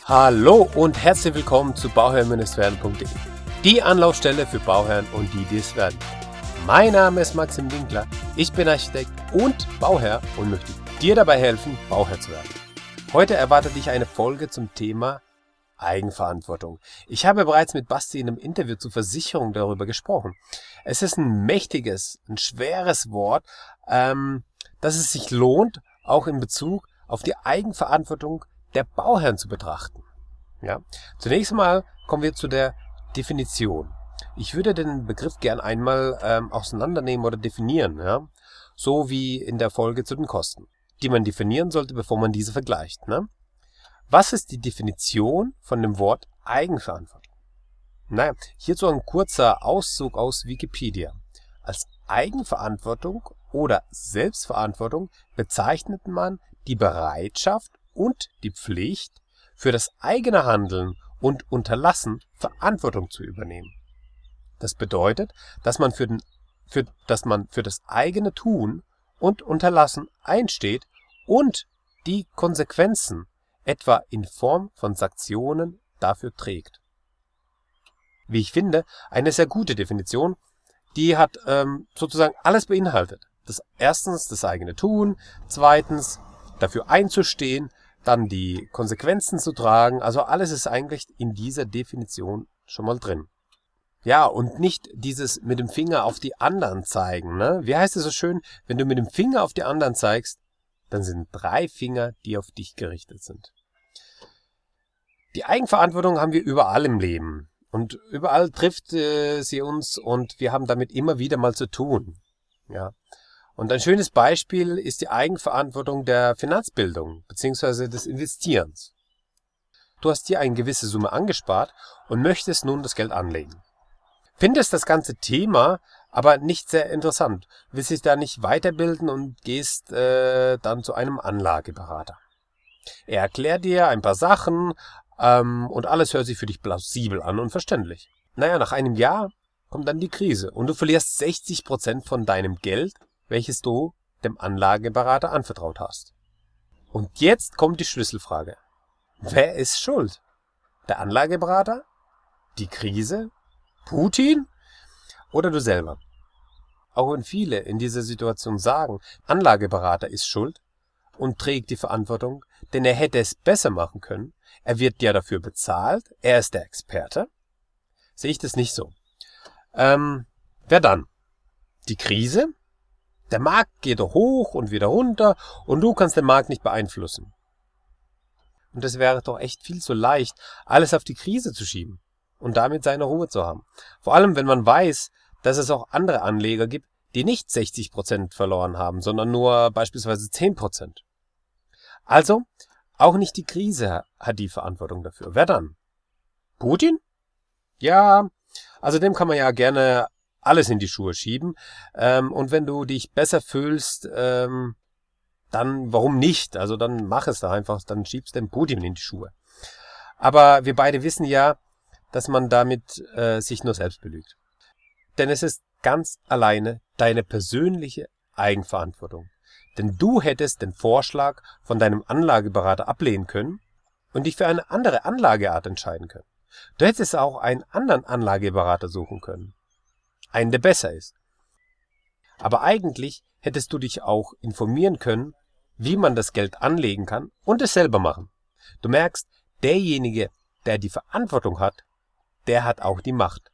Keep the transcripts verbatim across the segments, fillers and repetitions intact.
Hallo und herzlich willkommen zu bauherr-werden punkt de, die Anlaufstelle für Bauherren und die, die es werden. Mein Name ist Maxim Winkler, ich bin Architekt und Bauherr und möchte dir dabei helfen, Bauherr zu werden. Heute erwartet dich eine Folge zum Thema Eigenverantwortung. Ich habe bereits mit Basti in einem Interview zur Versicherung darüber gesprochen. Es ist ein mächtiges, ein schweres Wort, ähm, dass es sich lohnt, auch in Bezug auf die Eigenverantwortung der Bauherren zu betrachten. Ja. Zunächst mal kommen wir zu der Definition. Ich würde den Begriff gern einmal ähm, auseinandernehmen oder definieren, ja? So wie in der Folge zu den Kosten, die man definieren sollte, bevor man diese vergleicht. Ne? Was ist die Definition von dem Wort Eigenverantwortung? Naja, hierzu ein kurzer Auszug aus Wikipedia. Als Eigenverantwortung oder Selbstverantwortung bezeichnet man die Bereitschaft und die Pflicht, für das eigene Handeln und Unterlassen Verantwortung zu übernehmen. Das bedeutet, dass man für, den, für, dass man für das eigene Tun und Unterlassen einsteht und die Konsequenzen, etwa in Form von Sanktionen, dafür trägt. Wie ich finde, eine sehr gute Definition, die hat ähm, sozusagen alles beinhaltet. Das erstens das eigene Tun, zweitens dafür einzustehen, dann die Konsequenzen zu tragen, also alles ist eigentlich in dieser Definition schon mal drin. Ja, und nicht dieses mit dem Finger auf die anderen zeigen. Ne? Wie heißt es so schön, wenn du mit dem Finger auf die anderen zeigst, dann sind drei Finger, die auf dich gerichtet sind. Die Eigenverantwortung haben wir überall im Leben und überall trifft äh, sie uns und wir haben damit immer wieder mal zu tun. Ja. Und ein schönes Beispiel ist die Eigenverantwortung der Finanzbildung bzw. des Investierens. Du hast dir eine gewisse Summe angespart und möchtest nun das Geld anlegen. Findest das ganze Thema aber nicht sehr interessant, willst dich da nicht weiterbilden und gehst äh, dann zu einem Anlageberater. Er erklärt dir ein paar Sachen ähm, und alles hört sich für dich plausibel an und verständlich. Naja, nach einem Jahr kommt dann die Krise und du verlierst sechzig Prozent von deinem Geld, welches du dem Anlageberater anvertraut hast. Und jetzt kommt die Schlüsselfrage. Wer ist schuld? Der Anlageberater? Die Krise? Putin? Oder du selber? Auch wenn viele in dieser Situation sagen, Anlageberater ist schuld und trägt die Verantwortung, denn er hätte es besser machen können, er wird ja dafür bezahlt, er ist der Experte, sehe ich das nicht so. Ähm, wer dann? Die Krise? Der Markt geht hoch und wieder runter und du kannst den Markt nicht beeinflussen. Und es wäre doch echt viel zu leicht, alles auf die Krise zu schieben und damit seine Ruhe zu haben. Vor allem, wenn man weiß, dass es auch andere Anleger gibt, die nicht sechzig Prozent verloren haben, sondern nur beispielsweise zehn Prozent. Also, auch nicht die Krise hat die Verantwortung dafür. Wer dann? Putin? Ja, also dem kann man ja gerne alles in die Schuhe schieben. Ähm, und wenn du dich besser fühlst, ähm, dann warum nicht? Also dann mach es da einfach, dann schiebst du den Putin in die Schuhe. Aber wir beide wissen ja, dass man damit äh, sich nur selbst belügt. Denn es ist ganz alleine deine persönliche Eigenverantwortung. Denn du hättest den Vorschlag von deinem Anlageberater ablehnen können und dich für eine andere Anlageart entscheiden können. Du hättest auch einen anderen Anlageberater suchen können. Einen, der besser ist. Aber eigentlich hättest du dich auch informieren können, wie man das Geld anlegen kann und es selber machen. Du merkst, derjenige, der die Verantwortung hat, der hat auch die Macht.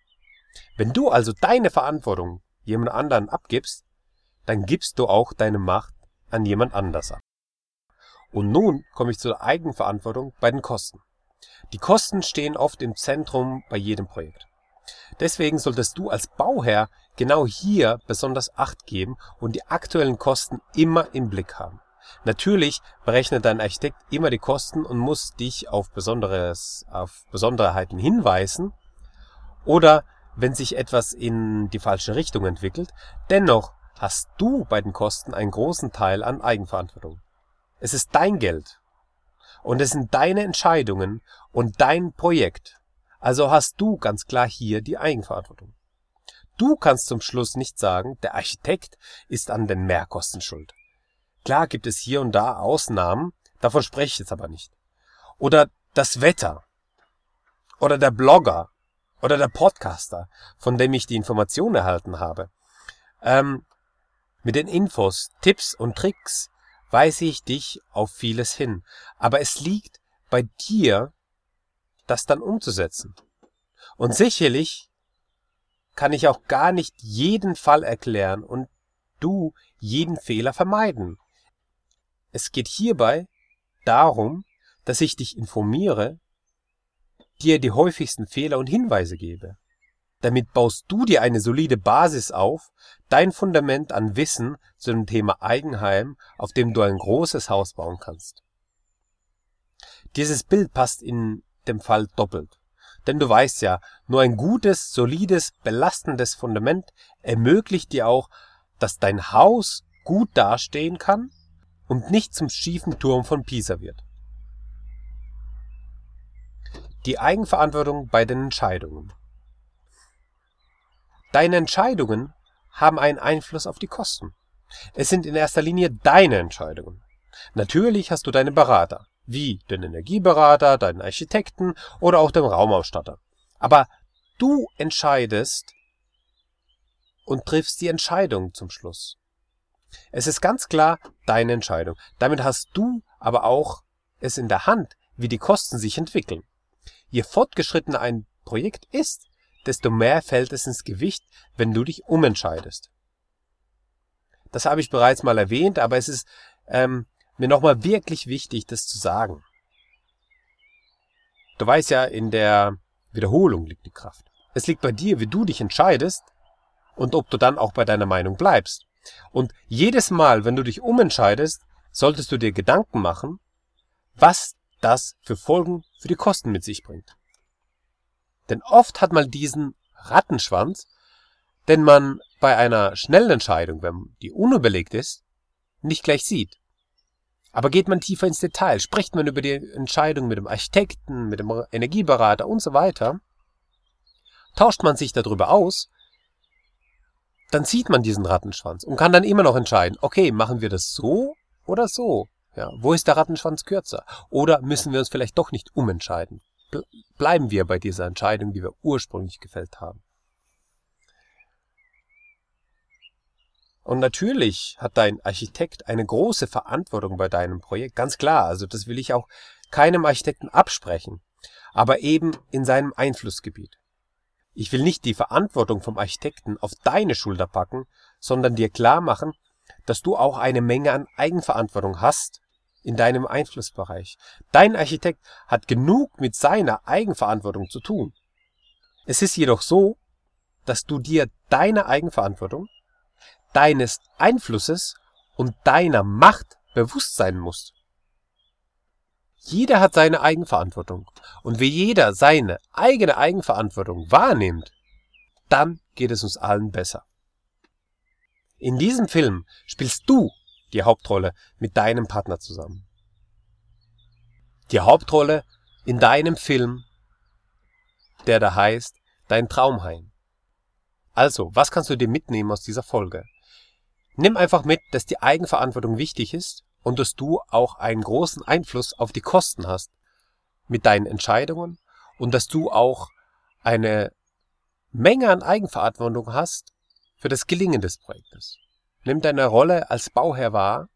Wenn du also deine Verantwortung jemand anderen abgibst, dann gibst du auch deine Macht an jemand anders ab. Und nun komme ich zur Eigenverantwortung bei den Kosten. Die Kosten stehen oft im Zentrum bei jedem Projekt. Deswegen solltest du als Bauherr genau hier besonders Acht geben und die aktuellen Kosten immer im Blick haben. Natürlich berechnet dein Architekt immer die Kosten und muss dich auf, Besonderes, auf Besonderheiten hinweisen oder wenn sich etwas in die falsche Richtung entwickelt. Dennoch hast du bei den Kosten einen großen Teil an Eigenverantwortung. Es ist dein Geld und es sind deine Entscheidungen und dein Projekt. Also hast du ganz klar hier die Eigenverantwortung. Du kannst zum Schluss nicht sagen, der Architekt ist an den Mehrkosten schuld. Klar gibt es hier und da Ausnahmen, davon spreche ich jetzt aber nicht. Oder das Wetter oder der Blogger oder der Podcaster, von dem ich die Informationen erhalten habe. Ähm, mit den Infos, Tipps und Tricks weise ich dich auf vieles hin. Aber es liegt bei dir, das dann umzusetzen. Und sicherlich kann ich auch gar nicht jeden Fall erklären und du jeden Fehler vermeiden. Es geht hierbei darum, dass ich dich informiere, dir die häufigsten Fehler und Hinweise gebe. Damit baust du dir eine solide Basis auf, dein Fundament an Wissen zu dem Thema Eigenheim, auf dem du ein großes Haus bauen kannst. Dieses Bild passt in dem Fall doppelt. Denn du weißt ja, nur ein gutes, solides, belastendes Fundament ermöglicht dir auch, dass dein Haus gut dastehen kann und nicht zum schiefen Turm von Pisa wird. Die Eigenverantwortung bei den Entscheidungen. Deine Entscheidungen haben einen Einfluss auf die Kosten. Es sind in erster Linie deine Entscheidungen. Natürlich hast du deine Berater, wie den Energieberater, deinen Architekten oder auch den Raumausstatter. Aber du entscheidest und triffst die Entscheidung zum Schluss. Es ist ganz klar deine Entscheidung. Damit hast du aber auch es in der Hand, wie die Kosten sich entwickeln. Je fortgeschrittener ein Projekt ist, desto mehr fällt es ins Gewicht, wenn du dich umentscheidest. Das habe ich bereits mal erwähnt, aber es ist ähm, mir nochmal wirklich wichtig, das zu sagen. Du weißt ja, in der Wiederholung liegt die Kraft. Es liegt bei dir, wie du dich entscheidest und ob du dann auch bei deiner Meinung bleibst. Und jedes Mal, wenn du dich umentscheidest, solltest du dir Gedanken machen, was das für Folgen für die Kosten mit sich bringt. Denn oft hat man diesen Rattenschwanz, den man bei einer schnellen Entscheidung, wenn die unüberlegt ist, nicht gleich sieht. Aber geht man tiefer ins Detail, spricht man über die Entscheidung mit dem Architekten, mit dem Energieberater und so weiter, tauscht man sich darüber aus, dann sieht man diesen Rattenschwanz und kann dann immer noch entscheiden, okay, machen wir das so oder so? Ja, wo ist der Rattenschwanz kürzer? Oder müssen wir uns vielleicht doch nicht umentscheiden? Bleiben wir bei dieser Entscheidung, die wir ursprünglich gefällt haben. Und natürlich hat dein Architekt eine große Verantwortung bei deinem Projekt, ganz klar. Also das will ich auch keinem Architekten absprechen, aber eben in seinem Einflussgebiet. Ich will nicht die Verantwortung vom Architekten auf deine Schulter packen, sondern dir klar machen, dass du auch eine Menge an Eigenverantwortung hast in deinem Einflussbereich. Dein Architekt hat genug mit seiner Eigenverantwortung zu tun. Es ist jedoch so, dass du dir deiner Eigenverantwortung, deines Einflusses und deiner Macht bewusst sein musst. Jeder hat seine Eigenverantwortung. Und wenn jeder seine eigene Eigenverantwortung wahrnimmt, dann geht es uns allen besser. In diesem Film spielst du die Hauptrolle mit deinem Partner zusammen. Die Hauptrolle in deinem Film, der da heißt Dein Traumheim. Also, was kannst du dir mitnehmen aus dieser Folge? Nimm einfach mit, dass die Eigenverantwortung wichtig ist und dass du auch einen großen Einfluss auf die Kosten hast mit deinen Entscheidungen und dass du auch eine Menge an Eigenverantwortung hast für das Gelingen des Projektes. Nimm deine Rolle als Bauherr wahr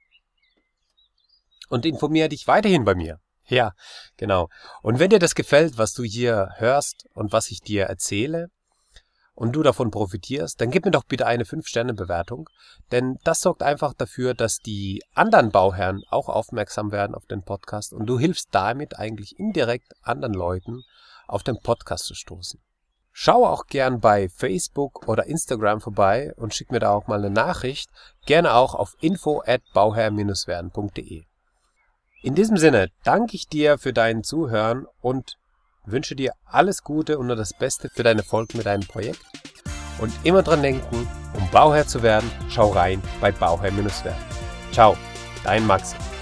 und informiere dich weiterhin bei mir. Ja, genau. Und wenn dir das gefällt, was du hier hörst und was ich dir erzähle und du davon profitierst, dann gib mir doch bitte eine fünf Sterne Bewertung, denn das sorgt einfach dafür, dass die anderen Bauherren auch aufmerksam werden auf den Podcast und du hilfst damit eigentlich indirekt anderen Leuten auf den Podcast zu stoßen. Schau auch gern bei Facebook oder Instagram vorbei und schick mir da auch mal eine Nachricht, gerne auch auf info at bauherr Bindestrich werden Punkt de. In diesem Sinne danke ich dir für dein Zuhören und wünsche dir alles Gute und nur das Beste für deinen Erfolg mit deinem Projekt. Und immer dran denken, um Bauherr zu werden, schau rein bei Bauherr Bindestrich werden. Ciao, dein Maxi.